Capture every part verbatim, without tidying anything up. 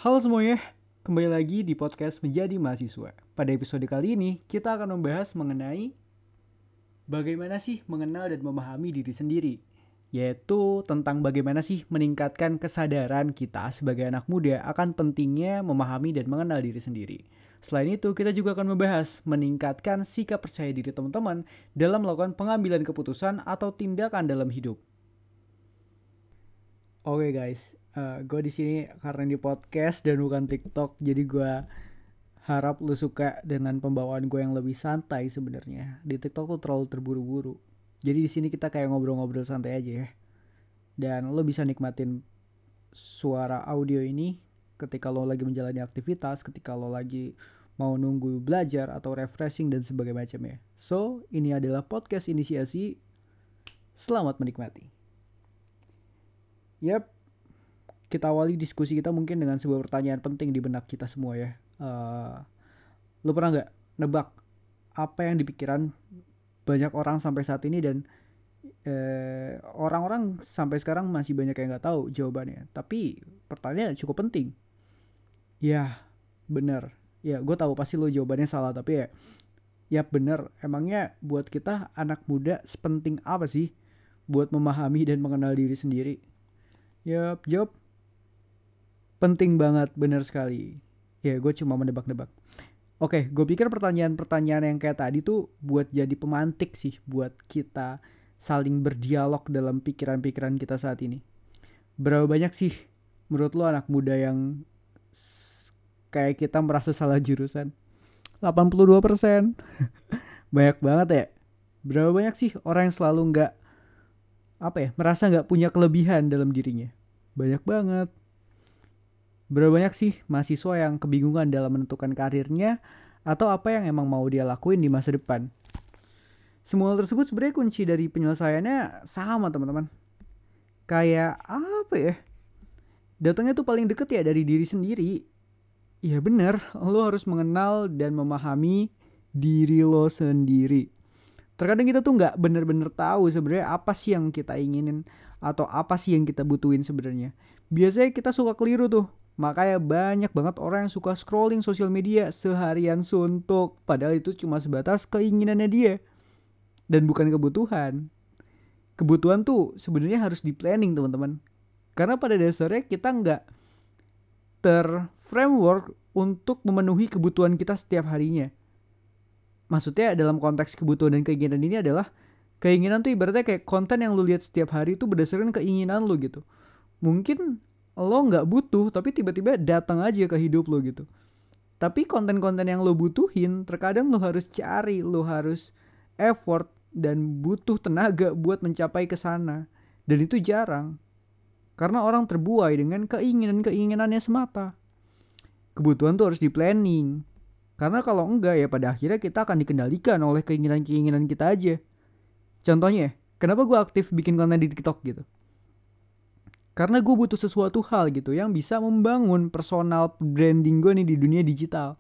Halo semuanya, kembali lagi di podcast Menjadi Mahasiswa. Pada episode kali ini, kita akan membahas mengenai bagaimana sih mengenal dan memahami diri sendiri. Yaitu tentang bagaimana sih meningkatkan kesadaran kita sebagai anak muda akan pentingnya memahami dan mengenal diri sendiri. Selain itu, kita juga akan membahas meningkatkan sikap percaya diri teman-teman dalam melakukan pengambilan keputusan atau tindakan dalam hidup. Oke okay guys, uh, gue di sini karena di podcast dan bukan TikTok, jadi gue harap lu suka dengan pembawaan gue yang lebih santai sebenarnya. Di TikTok tuh terlalu terburu-buru. Jadi di sini kita kayak ngobrol-ngobrol santai aja ya. Dan lo bisa nikmatin suara audio ini ketika lo lagi menjalani aktivitas, ketika lo lagi mau nunggu belajar atau refreshing dan sebagainya macamnya. So, ini adalah podcast inisiasi. Selamat menikmati. Yap, kita awali diskusi kita mungkin dengan sebuah pertanyaan penting di benak kita semua ya. Uh, lo pernah nggak nebak apa yang dipikiran banyak orang sampai saat ini dan eh, orang-orang sampai sekarang masih banyak yang nggak tahu jawabannya. Tapi pertanyaannya cukup penting. Ya, bener. Ya, gue tahu pasti lo jawabannya salah, tapi ya, ya bener. Emangnya buat kita anak muda sepenting apa sih buat memahami dan mengenal diri sendiri? Yap, jawab penting banget, bener sekali. Ya, gue cuma menebak-nebak. Oke, gue pikir pertanyaan-pertanyaan yang kayak tadi tuh buat jadi pemantik sih, buat kita saling berdialog dalam pikiran-pikiran kita saat ini. Berapa banyak sih menurut lo anak muda yang kayak kita merasa salah jurusan? delapan puluh dua persen. Banyak banget ya. Berapa banyak sih orang yang selalu gak, apa ya, merasa gak punya kelebihan dalam dirinya? Banyak banget. Berapa banyak sih mahasiswa yang kebingungan dalam menentukan karirnya atau apa yang emang mau dia lakuin di masa depan. Semua hal tersebut sebenarnya kunci dari penyelesaiannya sama teman-teman. Kayak apa ya? Datangnya tuh paling deket ya dari diri sendiri. Iya bener, lo harus mengenal dan memahami diri lo sendiri. Terkadang kita tuh gak bener-bener tahu sebenarnya apa sih yang kita inginin atau apa sih yang kita butuhin sebenarnya. Biasanya kita suka keliru tuh. Makanya banyak banget orang yang suka scrolling sosial media seharian suntuk. Padahal itu cuma sebatas keinginannya dia. Dan bukan kebutuhan. Kebutuhan tuh sebenarnya harus di planning teman-teman. Karena pada dasarnya kita nggak ter-framework untuk memenuhi kebutuhan kita setiap harinya. Maksudnya dalam konteks kebutuhan dan keinginan ini adalah keinginan tuh ibaratnya kayak konten yang lu lihat setiap hari itu berdasarkan keinginan lu gitu. Mungkin lo gak butuh tapi tiba-tiba datang aja ke hidup lo gitu. Tapi konten-konten yang lo butuhin terkadang lo harus cari, lo harus effort dan butuh tenaga buat mencapai ke sana. Dan itu jarang. Karena orang terbuai dengan keinginan-keinginannya semata. Kebutuhan tuh harus di planning. Karena kalau enggak ya pada akhirnya kita akan dikendalikan oleh keinginan-keinginan kita aja. Contohnya, kenapa gue aktif bikin konten di TikTok gitu? Karena gue butuh sesuatu hal gitu yang bisa membangun personal branding gue nih di dunia digital.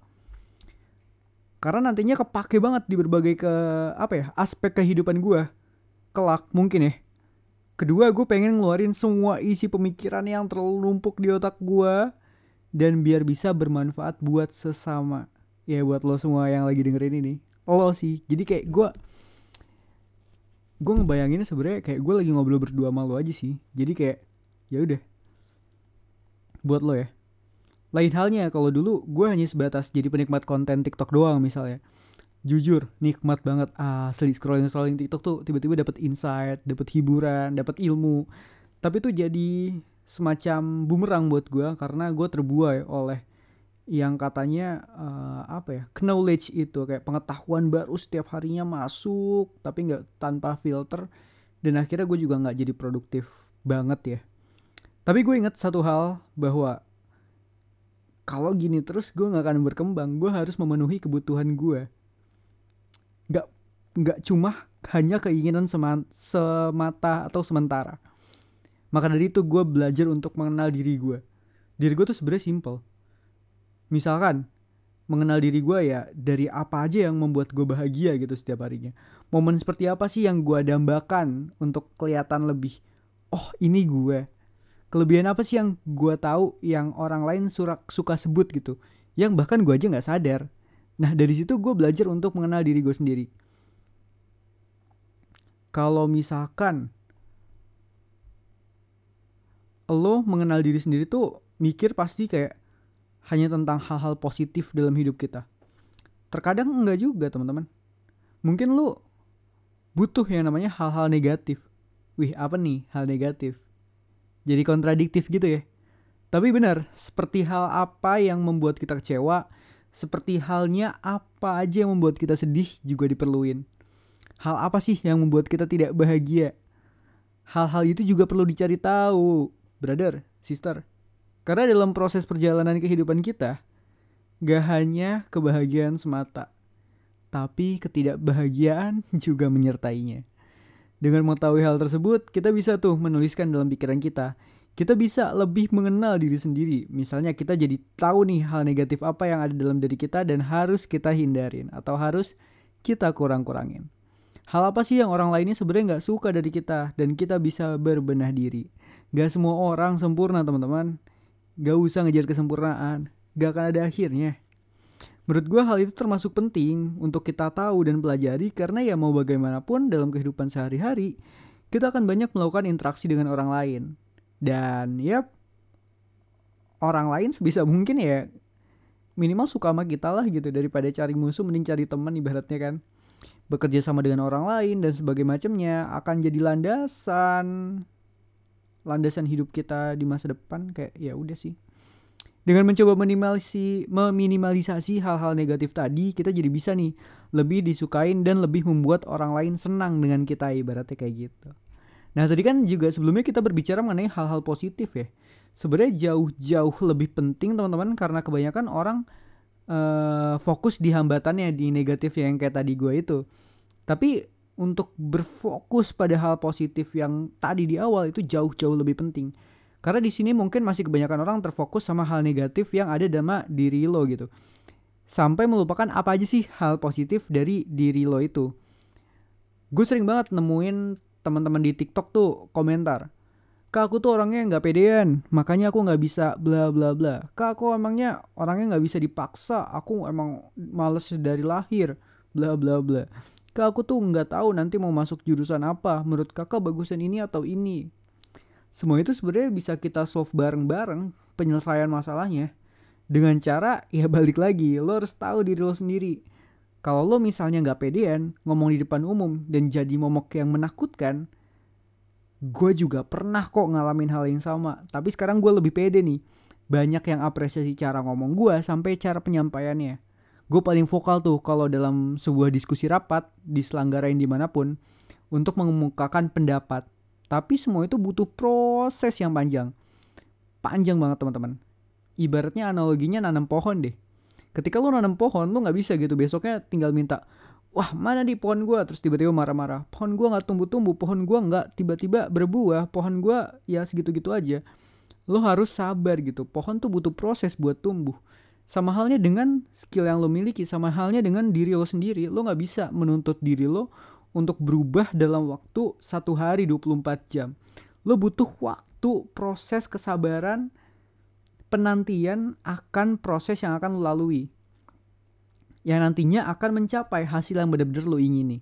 Karena nantinya kepake banget di berbagai ke apa ya aspek kehidupan gue kelak mungkin ya. Kedua, gue pengen ngeluarin semua isi pemikiran yang terlalu numpuk di otak gue dan biar bisa bermanfaat buat sesama. Ya buat lo semua yang lagi dengerin ini. Lo sih. Jadi kayak gue gue ngebayanginnya sebenarnya kayak gue lagi ngobrol berdua sama lo aja sih. Jadi kayak ya udah buat lo ya. Lain halnya kalau dulu gue hanya sebatas jadi penikmat konten TikTok doang misalnya. Jujur nikmat banget asli scrolling scrolling TikTok tuh tiba-tiba dapat insight, dapat hiburan, dapat ilmu. Tapi tuh jadi semacam bumerang buat gue karena gue terbuai oleh yang katanya uh, apa ya knowledge itu kayak pengetahuan baru setiap harinya masuk tapi nggak tanpa filter dan akhirnya gue juga nggak jadi produktif banget ya. Tapi gue ingat satu hal bahwa kalau gini terus gue gak akan berkembang. Gue harus memenuhi kebutuhan gue. Gak, gak cuma hanya keinginan sema- semata atau sementara. Maka dari itu gue belajar untuk mengenal diri gue. Diri gue tuh sebenarnya simple. Misalkan mengenal diri gue ya dari apa aja yang membuat gue bahagia gitu setiap harinya. Momen seperti apa sih yang gue dambakan untuk kelihatan lebih, oh ini gue. Kelebihan apa sih yang gue tahu yang orang lain surak, suka sebut gitu, yang bahkan gue aja nggak sadar. Nah dari situ gue belajar untuk mengenal diri gue sendiri. Kalau misalkan lo mengenal diri sendiri tuh mikir pasti kayak hanya tentang hal-hal positif dalam hidup kita. Terkadang enggak juga teman-teman. Mungkin lo butuh yang namanya hal-hal negatif. Wih apa nih hal negatif? Jadi kontradiktif gitu ya. Tapi benar, seperti hal apa yang membuat kita kecewa, seperti halnya apa aja yang membuat kita sedih juga diperluin. Hal apa sih yang membuat kita tidak bahagia? Hal-hal itu juga perlu dicari tahu, brother, sister. Karena dalam proses perjalanan kehidupan kita, gak hanya kebahagiaan semata, tapi ketidakbahagiaan juga menyertainya. Dengan mengetahui hal tersebut, kita bisa tuh menuliskan dalam pikiran kita. Kita bisa lebih mengenal diri sendiri. Misalnya kita jadi tahu nih hal negatif apa yang ada dalam diri kita dan harus kita hindarin atau harus kita kurang-kurangin. Hal apa sih yang orang lainnya sebenarnya gak suka dari kita dan kita bisa berbenah diri. Gak semua orang sempurna teman-teman. Gak usah ngejar kesempurnaan. Gak akan ada akhirnya. Menurut gue hal itu termasuk penting untuk kita tahu dan pelajari karena ya mau bagaimanapun dalam kehidupan sehari-hari kita akan banyak melakukan interaksi dengan orang lain. Dan ya orang lain sebisa mungkin ya minimal suka sama kita lah gitu, daripada cari musuh mending cari teman ibaratnya kan. Bekerja sama dengan orang lain dan sebagainya macamnya akan jadi landasan landasan hidup kita di masa depan. Kayak ya udah sih. Dengan mencoba meminimalisasi, meminimalisasi hal-hal negatif tadi, kita jadi bisa nih lebih disukain dan lebih membuat orang lain senang dengan kita, ibaratnya kayak gitu. Nah tadi kan juga sebelumnya kita berbicara mengenai hal-hal positif ya. Sebenarnya jauh-jauh lebih penting teman-teman, karena kebanyakan orang uh, fokus di hambatannya, di negatif yang kayak tadi gue itu. Tapi untuk berfokus pada hal positif yang tadi di awal itu jauh-jauh lebih penting. Karena di sini mungkin masih kebanyakan orang terfokus sama hal negatif yang ada dalam diri lo gitu. Sampai melupakan apa aja sih hal positif dari diri lo itu. Gue sering banget nemuin teman-teman di TikTok tuh komentar, "Kak aku tuh orangnya gak pedean, makanya aku gak bisa bla bla bla. Kak aku emangnya orangnya gak bisa dipaksa, aku emang males dari lahir, bla bla bla. Kak aku tuh gak tahu nanti mau masuk jurusan apa, menurut kakak bagusan ini atau ini." Semua itu sebenarnya bisa kita solve bareng-bareng penyelesaian masalahnya. Dengan cara ya balik lagi, lo harus tahu diri lo sendiri. Kalau lo misalnya gak pedean ngomong di depan umum dan jadi momok yang menakutkan, gue juga pernah kok ngalamin hal yang sama. Tapi sekarang gue lebih pede nih. Banyak yang apresiasi cara ngomong gue sampai cara penyampaiannya. Gue paling vokal tuh kalau dalam sebuah diskusi rapat diselenggarain dimanapun untuk mengemukakan pendapat. Tapi semua itu butuh proses yang panjang. Panjang banget teman-teman. Ibaratnya analoginya nanam pohon deh. Ketika lo nanam pohon, lo gak bisa gitu besoknya tinggal minta, "Wah mana nih pohon gue?" Terus tiba-tiba marah-marah. Pohon gue gak tumbuh-tumbuh, pohon gue gak tiba-tiba berbuah, pohon gue ya segitu-gitu aja. Lo harus sabar gitu. Pohon tuh butuh proses buat tumbuh. Sama halnya dengan skill yang lo miliki, sama halnya dengan diri lo sendiri. Lo gak bisa menuntut diri lo untuk berubah dalam waktu satu hari dua puluh empat jam. Lo butuh waktu, proses, kesabaran, penantian akan proses yang akan lo lalui. Yang nantinya akan mencapai hasil yang benar-benar lo ingini.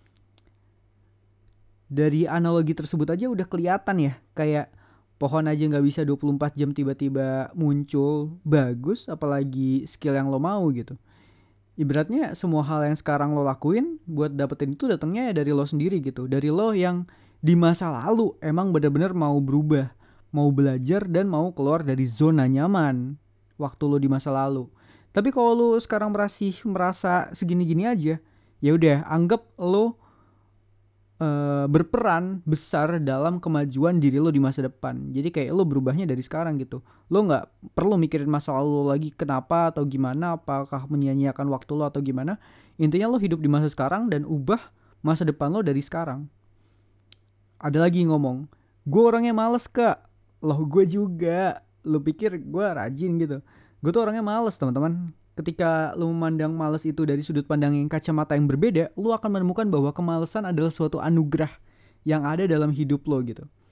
Dari analogi tersebut aja udah kelihatan ya. Kayak pohon aja gak bisa dua puluh empat jam tiba-tiba muncul bagus, apalagi skill yang lo mau gitu. Ibaratnya semua hal yang sekarang lo lakuin buat dapetin itu datangnya dari lo sendiri gitu. Dari lo yang di masa lalu emang benar-benar mau berubah, mau belajar dan mau keluar dari zona nyaman waktu lo di masa lalu. Tapi kalau lo sekarang masih merasa segini-gini aja, ya udah anggap lo uh, berperan besar dalam kemajuan diri lo di masa depan. Jadi kayak lo berubahnya dari sekarang gitu. Lo gak perlu mikirin masa lalu lo lagi kenapa atau gimana, apakah menyia-nyiakan waktu lo atau gimana. Intinya lo hidup di masa sekarang dan ubah masa depan lo dari sekarang. Ada lagi ngomong, gue orangnya males kak. Loh gue juga. Lo pikir gue rajin gitu? Gue tuh orangnya males teman-teman. Ketika lo memandang malas itu dari sudut pandang yang kacamata yang berbeda, lo akan menemukan bahwa kemalasan adalah suatu anugerah yang ada dalam hidup lo gitu.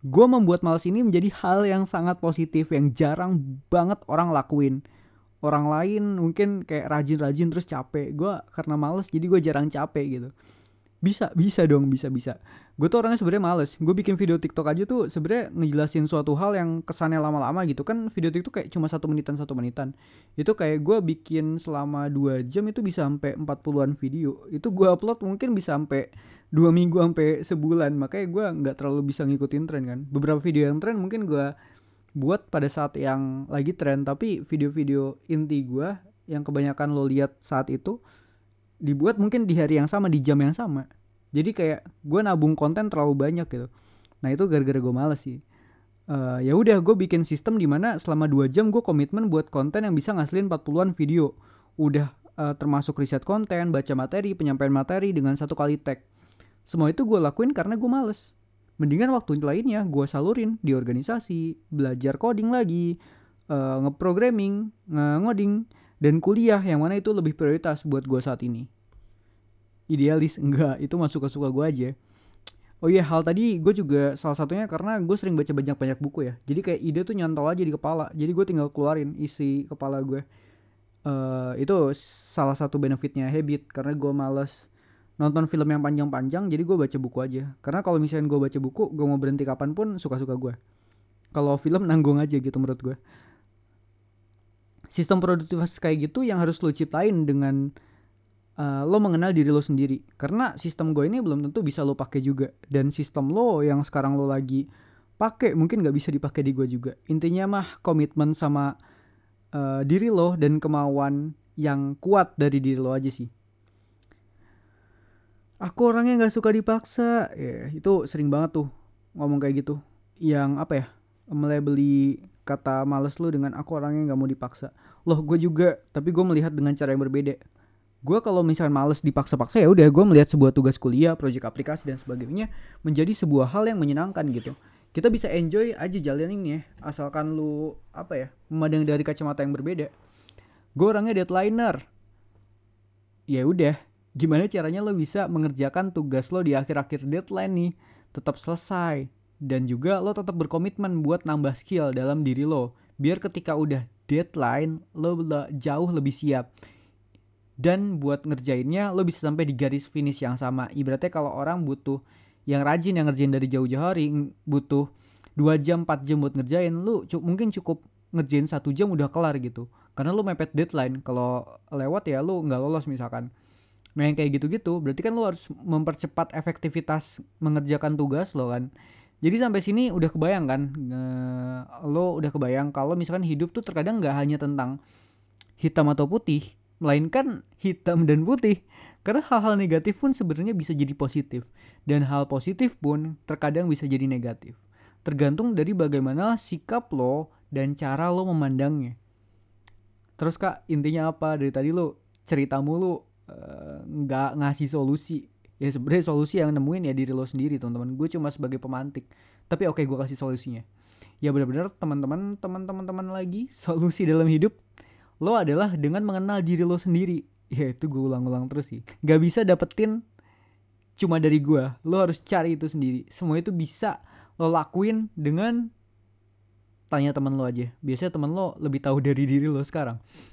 Gue membuat malas ini menjadi hal yang sangat positif, yang jarang banget orang lakuin. Orang lain mungkin kayak rajin-rajin terus capek. Gue karena males jadi gue jarang capek gitu. Bisa, bisa dong, bisa, bisa. Gue tuh orangnya sebenarnya males. Gue bikin video TikTok aja tuh sebenarnya ngejelasin suatu hal yang kesannya lama-lama gitu kan. Video TikTok kayak cuma satu menitan satu menitan. Itu kayak gue bikin selama dua jam itu bisa sampai empat puluhan video. Itu gue upload mungkin bisa sampai dua minggu sampai sebulan. Makanya gue nggak terlalu bisa ngikutin tren kan. Beberapa video yang tren mungkin gue buat pada saat yang lagi tren, tapi video-video inti gue yang kebanyakan lo lihat saat itu dibuat mungkin di hari yang sama, di jam yang sama. Jadi kayak gue nabung konten terlalu banyak gitu. Nah itu gara-gara gue males sih. Uh, ya udah gue bikin sistem di mana selama dua jam gue komitmen buat konten yang bisa ngasilin empat puluhan video. Udah uh, termasuk riset konten, baca materi, penyampaian materi dengan satu kali tag. Semua itu gue lakuin karena gue males. Mendingan waktu lainnya gue salurin di organisasi, belajar coding lagi, uh, ngeprogramming, nge-ngoding, dan kuliah yang mana itu lebih prioritas buat gue saat ini. Idealis enggak, itu mah suka-suka gue aja. Oh iya, hal tadi gue juga salah satunya karena gue sering baca banyak-banyak buku ya. Jadi kayak ide tuh nyantol aja di kepala. Jadi gue tinggal keluarin isi kepala gue. Uh, itu salah satu benefitnya habit, karena gue males nonton film yang panjang-panjang, jadi gue baca buku aja. Karena kalau misalnya gue baca buku, gue mau berhenti kapanpun suka-suka gue. Kalau film nanggung aja gitu menurut gue. Sistem produktivitas kayak gitu yang harus lo ciptain dengan uh, lo mengenal diri lo sendiri. Karena sistem gue ini belum tentu bisa lo pakai juga. Dan sistem lo yang sekarang lo lagi pakai mungkin gak bisa dipakai di gue juga. Intinya mah komitmen sama uh, diri lo dan kemauan yang kuat dari diri lo aja sih. Aku orangnya gak suka dipaksa. Ya, itu sering banget tuh ngomong kayak gitu. Yang apa ya, melabeli kata males lu dengan aku orangnya gak mau dipaksa. Loh gue juga, tapi gue melihat dengan cara yang berbeda. Gue kalau misalnya males dipaksa-paksa, ya udah gue melihat sebuah tugas kuliah, proyek aplikasi dan sebagainya menjadi sebuah hal yang menyenangkan gitu. Kita bisa enjoy aja jalan ini ya, asalkan lu apa ya, memandang dari kacamata yang berbeda. Gue orangnya deadlineer. Ya udah, gimana caranya lo bisa mengerjakan tugas lo di akhir-akhir deadline nih tetap selesai, dan juga lo tetap berkomitmen buat nambah skill dalam diri lo biar ketika udah deadline lo jauh lebih siap, dan buat ngerjainnya lo bisa sampai di garis finish yang sama. Ibaratnya kalau orang butuh yang rajin yang ngerjain dari jauh-jauh hari, butuh dua jam empat jam buat ngerjain, lo cu- mungkin cukup ngerjain satu jam udah kelar gitu, karena lo mepet deadline. Kalau lewat ya lo nggak lolos misalkan. Nah yang kayak gitu-gitu berarti kan lo harus mempercepat efektivitas mengerjakan tugas lo kan. Jadi sampai sini udah kebayang kan, nge- lo udah kebayang kalau misalkan hidup tuh terkadang gak hanya tentang hitam atau putih, melainkan hitam dan putih. Karena hal-hal negatif pun sebenarnya bisa jadi positif, dan hal positif pun terkadang bisa jadi negatif. Tergantung dari bagaimana sikap lo dan cara lo memandangnya. Terus kak, intinya apa? Dari tadi lo cerita mulu, nggak uh, ngasih solusi. Ya sebenarnya solusi yang nemuin ya diri lo sendiri teman-teman. Gue cuma sebagai pemantik. Tapi oke, gue kasih solusinya. Ya benar-benar teman-teman, teman-teman lagi, solusi dalam hidup lo adalah dengan mengenal diri lo sendiri. Ya itu gue ulang-ulang terus sih. Gak bisa dapetin cuma dari gue. Lo harus cari itu sendiri. Semua itu bisa lo lakuin dengan tanya teman lo aja. Biasanya teman lo lebih tahu dari diri lo sekarang.